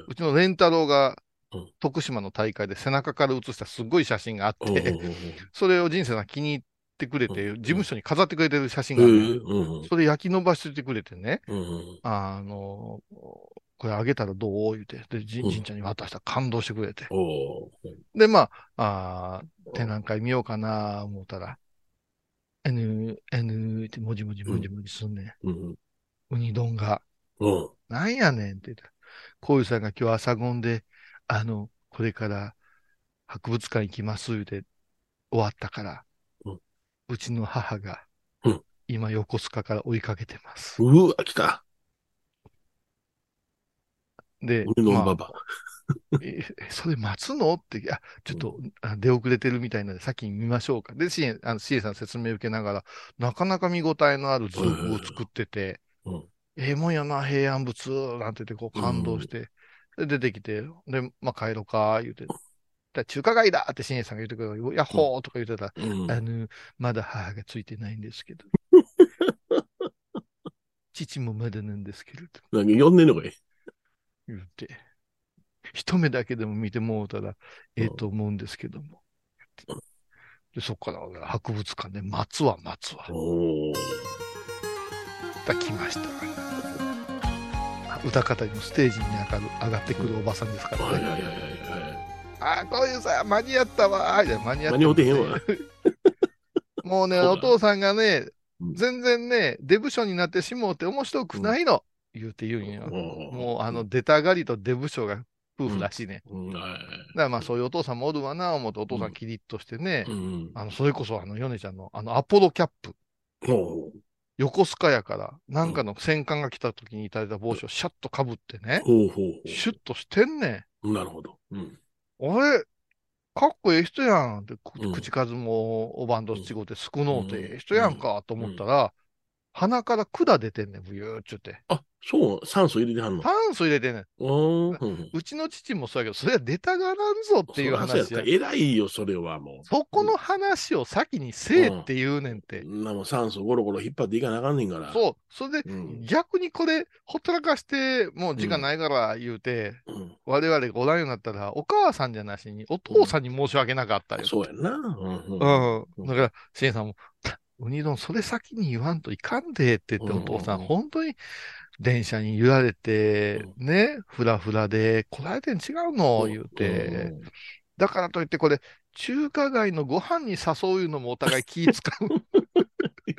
うちのレンタロウが、うん、徳島の大会で背中から写したすごい写真があって、うん、それを人生さん気に入ってくれて、うん、事務所に飾ってくれてる写真がある、うん、それ焼き伸ばしててくれてね、うん、あの、これあげたらどう言うて、で、じんちゃんに渡したら感動してくれて。うん、で、まあ、あ展覧会見ようかな思ったら、N、N ってもじもじもじもじすんねん。うん、ウニ丼が。うん、なんやねんって言ったら、こういうさんが今日朝ごんで、あの、これから博物館行きます言うて終わったから、うん、うちの母が、うん、今横須賀から追いかけてます。 うわ、来た。 で、まあ、え、それ待つのって、いや、ちょっと、うん、出遅れてるみたいなので、先に見ましょうか。で、シエ、あの、シエさん説明受けながら、なかなか見応えのある図を作ってて、うん、ええもんやな、平安仏、なんて言って、こう感動して、うん、で、出てきて、で、まあ、帰ろうか、言うて、中華街だってシエさんが言ってくれる、ヤッホーとか言ってたら、うん、あの、まだ母がついてないんですけど、父もまだなんですけど、 何呼んでんのかい言って。一目だけでも見てもうたらええと思うんですけども。うん、でそこから博物館で待つわ待つわ。だ来ました。歌方にもステージに上がる上がってくるおばさんですからね。ああ、こういうさ、間に合ったわー。間に合った。間に合ってへんわ。もうね、お父さんがね、全然ね、デブ賞になってしもうて面白くないの。うん、言うて言うんよ。もう、あの、出たがりとデブ賞が夫婦らしいね。うんうん、だからまあそういうお父さんもおるわな、思ってお父さんキリッとしてね、うん、あの、それこそあの、ヨネちゃんのあの、アポロキャップ。うん、横須賀やから、なんかの戦艦が来た時にいただいた帽子をシャッと被ってね、うん、シュッとしてんねん。なるほど。うん、 あれ、かっこええ人やんって、うん、口数もおばんど七五で少のうてええ人やんかと思ったら、鼻から管出てんねん、ブユーっちゅって。 あ、そう、酸素入れてはんの酸素入れてんねん。う, うちの父もそうやけど、それは出たがらんぞっていう話や。 偉いよ、それはもう。 そこの話を先にせえって言うねんって。 うん、なも酸素ゴロゴロ引っ張っていかなあかんねんから。 そう。それで、うん、逆にこれ、ほったらかして、もう時間ないから言うて、うん、我々がおらんようになったら、お母さんじゃなしに、お父さんに申し訳なかったよ。うん、 そうやな。うん。 うん、だから、シエンさんも、ウニ丼それ先に言わんといかんでって言って、お父さん、本当に電車に揺られて、ね、ふらふらで来られてん違うの、言うて。だからといってこれ、中華街のご飯に誘うのもお互い気使う。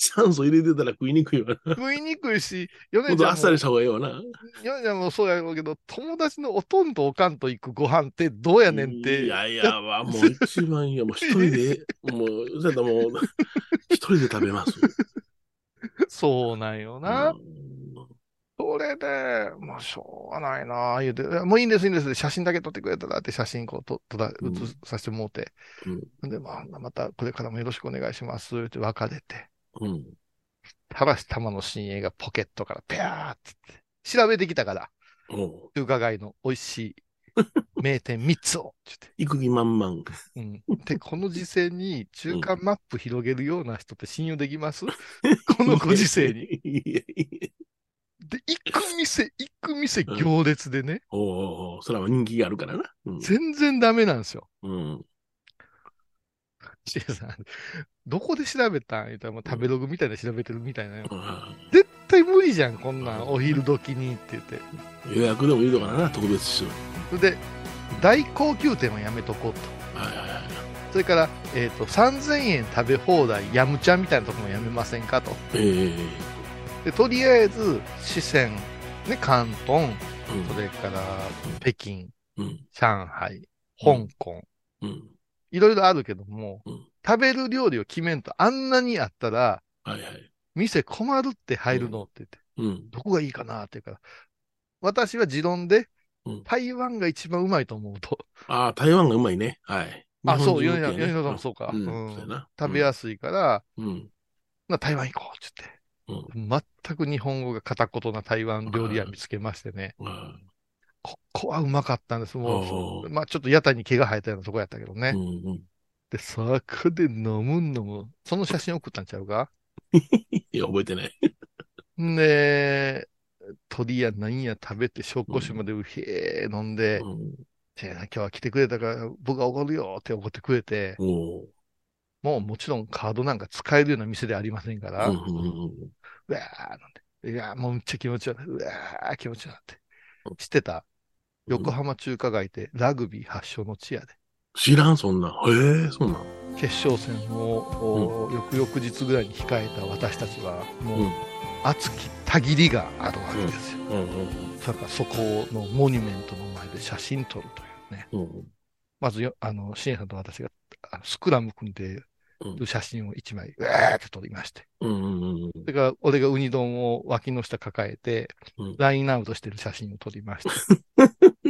酸素入れてたら食いにくいわな。 食いにくいし、米もっちゃんもとあっさりした方がいいわな。 米ちゃんもそうやろうけど、友達のおとんとおかんと行くご飯ってどうやねんって。 いやいや、もう一番いいや、もう一人で、もう、そうやったらもう、一人で食べます。 そうなんよな。それで、もうしょうがないな言うて、もういいんです、いいんです。写真だけ撮ってくれたらって写真こうと、とだ、写させてもうて。うん、で、まあ、またこれからもよろしくお願いします。って別れて。うん。たらし玉の新鋭がポケットからペアーってって調べてきたから。中華街の美味しい名店みっつを。 行く気満々。 うん。で、この時世に中華マップ広げるような人って信用できます、うん、このご時世に。で、行く店、行く店行列でね。 うん、おうおうそれは人気があるからな。 うん、全然ダメなんですよ。うん。シエさん、どこで調べたん言ったらもう食べログみたいな調べてるみたいなよ。うん、絶対無理じゃん、こんなん、お昼時にって言って。 予約でもいいのかな、特別室。 で、大高級店はやめとこうと。はいはいはい。それから、えっ、ー、と、さんぜんえん食べ放題、ヤムチャみたいなところもやめませんかと。えーでとりあえず、四川、ね、広東、うん、それから北京、うん、上海、香港、うん、いろいろあるけども、うん、食べる料理を決めんとあんなにあったら、はいはい、店困るって入るのって言って、うん、どこがいいかなって言うから、私は持論で、うん、台湾が一番うまいと思うと。 ああ、台湾がうまいね。はい。 あ、そう、ヨネダさんそうか、うんうん。食べやすいから、うん、な台湾行こうって言って。うん、全く日本語が片言な台湾料理屋見つけましてね。うん、ここはうまかったんです。もう、まあちょっと屋台に毛が生えたようなとこやったけどね。うんうん、で、そこで飲む飲む。その写真送ったんちゃうかいや、覚えてない。 で、鳥や何や食べて、紹興酒までうへー飲んで、うん、今日は来てくれたから僕がおごるよっておごってくれて、もうもちろんカードなんか使えるような店ではありませんから、うんうんうん、うわーなんて、いやもうめっちゃ気持ちよい、うわー気持ちよいって。知ってた横浜中華街ってラグビー発祥の地やで。 知らん、そんな。へえ、そんな。 決勝戦を、うん、翌々日ぐらいに控えた私たちは、もう、うん、熱きたぎりがあるわけですよ。うんうんうん、だからそこのモニュメントの前で写真撮るというね。うん、まずよ、あの、シエンさんと私がスクラム組んで、写真を一枚、うわーって撮りまして。うんうんうん、それから、俺がウニ丼を脇の下抱えて、うん、ラインアウトしてる写真を撮りました。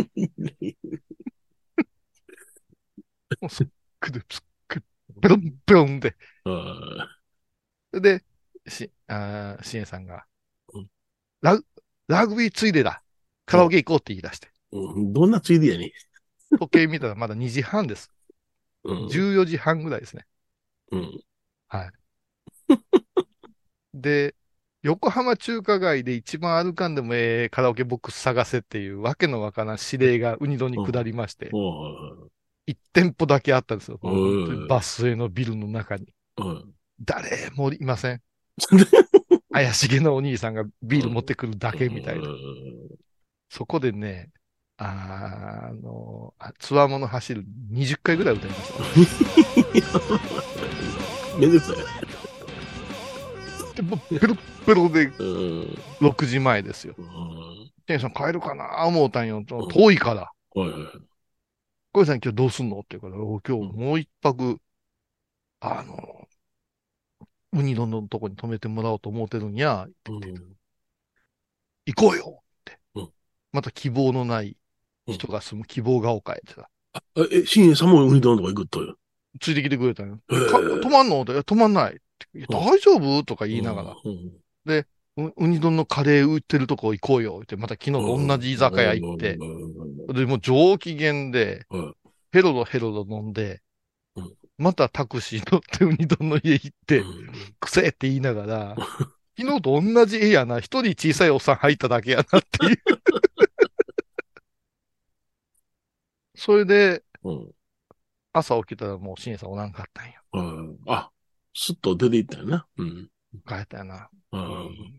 もうすっくる、すっくる、ベロンベロンで。で、し、あー、シエンさんが、うん、ラグ、ラグビーついでだ。カラオケ行こうって言い出して。 うん、どんなついでやねん。時計見たらまだにじはんです。うん、じゅうよじはんぐらいですね。うん。はい。で、横浜中華街で一番歩かんでもええカラオケボックス探せっていうわけのわからん指令がウニ丼に下りまして、一店舗だけあったんですよ。バスへのビルの中に。誰もいません。怪しげなお兄さんがビール持ってくるだけみたいな。そこでね、あ, あの、つわもの走るにじゅっかいぐらい歌いました、ね。 めんどくさい。 で、もうペロペロでろくじまえですよ。店員さん帰るかな思うたんよ。遠いから。小井さん今日どうすんのって言うから、今日もう一泊、あの、ウニ丼のとこに泊めてもらおうと思ってるんや。って言って、行こうよって。また希望のない人が住む希望が丘へってさ。 あ、え、新栄さんもウニ丼のとこ行くとよ。 ついてきてくれたよ。泊まんのって、泊まんない。大丈夫とか言いながら。うんうん、でう、ウニ丼のカレー売ってるとこ行こうよ。って、また昨日と同じ居酒屋行って。で、もう上機嫌で、ヘロロヘロロ飲んで、またタクシー乗ってウニ丼の家行って、くせえって言いながら、昨日と同じ絵やな。一人小さいおっさん入っただけやなっていう。それで、うん、朝起きたらもうシンさんおらんかったんよ。 うん、あ、すっと出て行ったよな。うん。 帰ったよな。うん。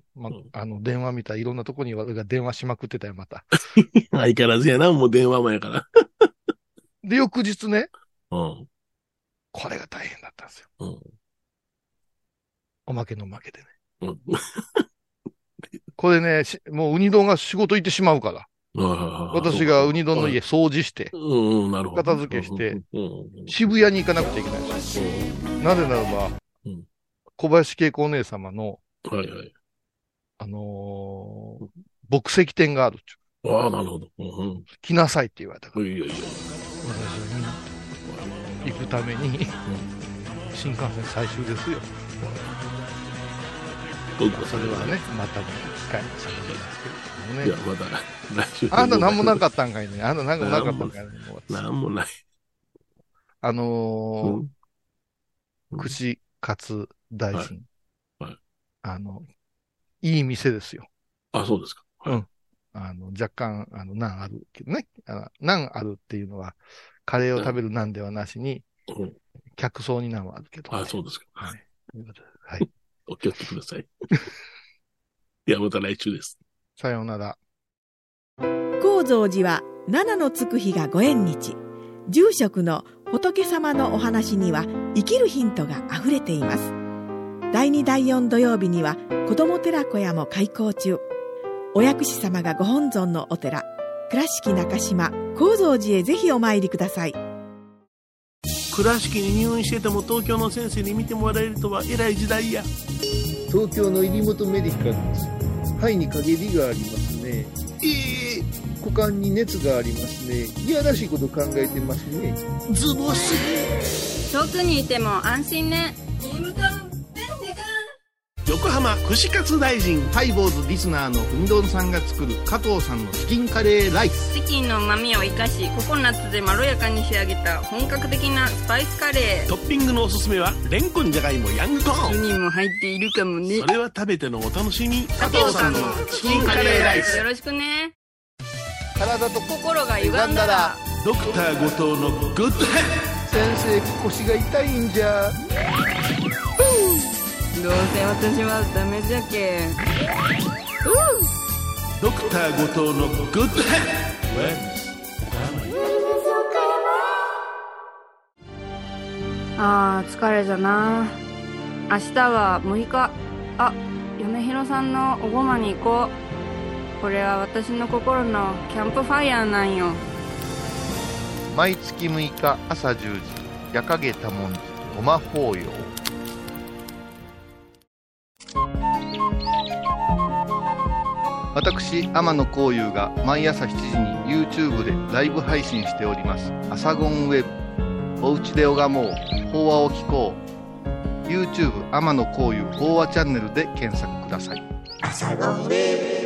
ま、あの、電話見たらいろんなとこに俺が電話しまくってたよ、また。 相変わらずやな、もう電話もやから。 で、翌日ね。うん。これが大変だったんですよ。うん。 おまけのおまけでね。 うん、 これね、もうウニ丼が仕事行ってしまうから。私がウニ丼の家掃除して、片付けして、渋谷に行かなくちゃいけないんですよ。なぜならば、小林恵子お姉様の、 はいはい、あのー、牧石店があるっちゅう。ああ、なるほど。うんうん、 来なさいって言われたから。 いやいやいや。 私に行くために、新幹線最終ですよ。それはね、また機会にさせていただきますけどね。 いや、まだ来週。 あんた何もなかったんかいね。あんた何もなかったんかいね。 何もない。 あのー、うん、串カツ大臣、はいはい。あの、いい店ですよ。 あ、そうですか。 はい、うん。あの、若干、あの、ナンあるけどね。あのナンあるっていうのは、カレーを食べるナンではなしに、うん、客層にナンはあるけど、ね。 あ、そうですか。 はい。はい。 お気をつけください。いや、また来週です。 さようなら。 高蔵寺は七のつく日がご縁日。住職の仏様のお話には生きるヒントがあふれています。だいにだいよん土曜日には子ども寺小屋も開校中。お薬師様がご本尊のお寺、倉敷中島・高蔵寺へぜひお参りください。 倉敷に入院してても東京の先生に見てもらえるとは偉い時代や。 東京の入本メディカルです。肺に陰りがありますね。 ええー、股間に熱がありますね。いやらしいこと考えてますね。 ズボス遠くにいても安心ね。 横浜串カツ大臣。 ハイボーズリスナーのうみどんさんが作る加藤さんのチキンカレーライス。 チキンの旨味を生かしココナッツでまろやかに仕上げた本格的なスパイスカレー。 トッピングのおすすめはレンコン、じゃがいも、ヤングコーン。 ににんも入っているかもね。 それは食べてのお楽しみ。 加藤さんのチキンカレーライス。よろしくね。 体と心が歪んだらドクター後藤のグッドヘッド。 先生、腰が痛いんじゃ。 どうせ私はダメじゃけ。 ドクター後藤のグッドヘッド。あー疲れじゃな。明日はむいか。あ、米広さんのおごまに行こう。これは私の心のキャンプファイヤーなんよ。 毎月むいか朝じゅうじ、夜影多文字ごま法要。私天野幸雄が毎朝しちじに YouTube でライブ配信しておりますアサゴンウェブ。おうちで拝もう、法話を聞こう。 YouTube 天野幸雄法話チャンネルで検索ください。アサゴンウェブ。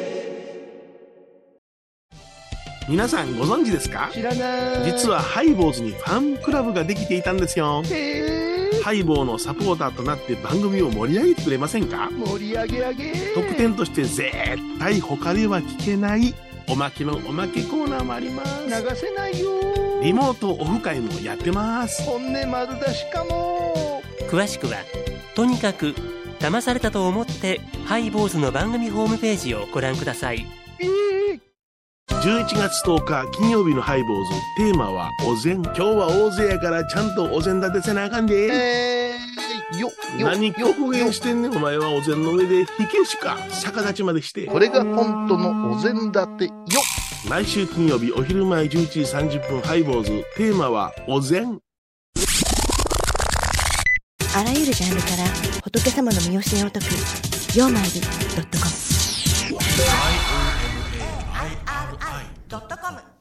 皆さんご存知ですか？ 知らない。 実はハイボーズにファンクラブができていたんですよ。 へー。 ハイボーのサポーターとなって番組を盛り上げてくれませんか？ 盛り上げ上げ。 特典として絶対他では聞けないおまけのおまけコーナーもあります。 流せないよ。 リモートオフ会もやってます。 本音丸出しかも。 詳しくはとにかく騙されたと思ってハイボーズの番組ホームページをご覧ください。 えーじゅういちがつとおか金曜日のハイボーズ、テーマはお膳。今日は大勢やからちゃんとお膳立てせなあかんで。 えー、よよ何極限してんねんお前は。お膳の上で火消しか逆立ちまでして。 これが本当のお膳立てよ。 毎週金曜日お昼前じゅういちじさんじゅっぷんハイボーズ、テーマはお膳。 あらゆるジャンルから仏様の身教えを解くようまいり .com。ドットコム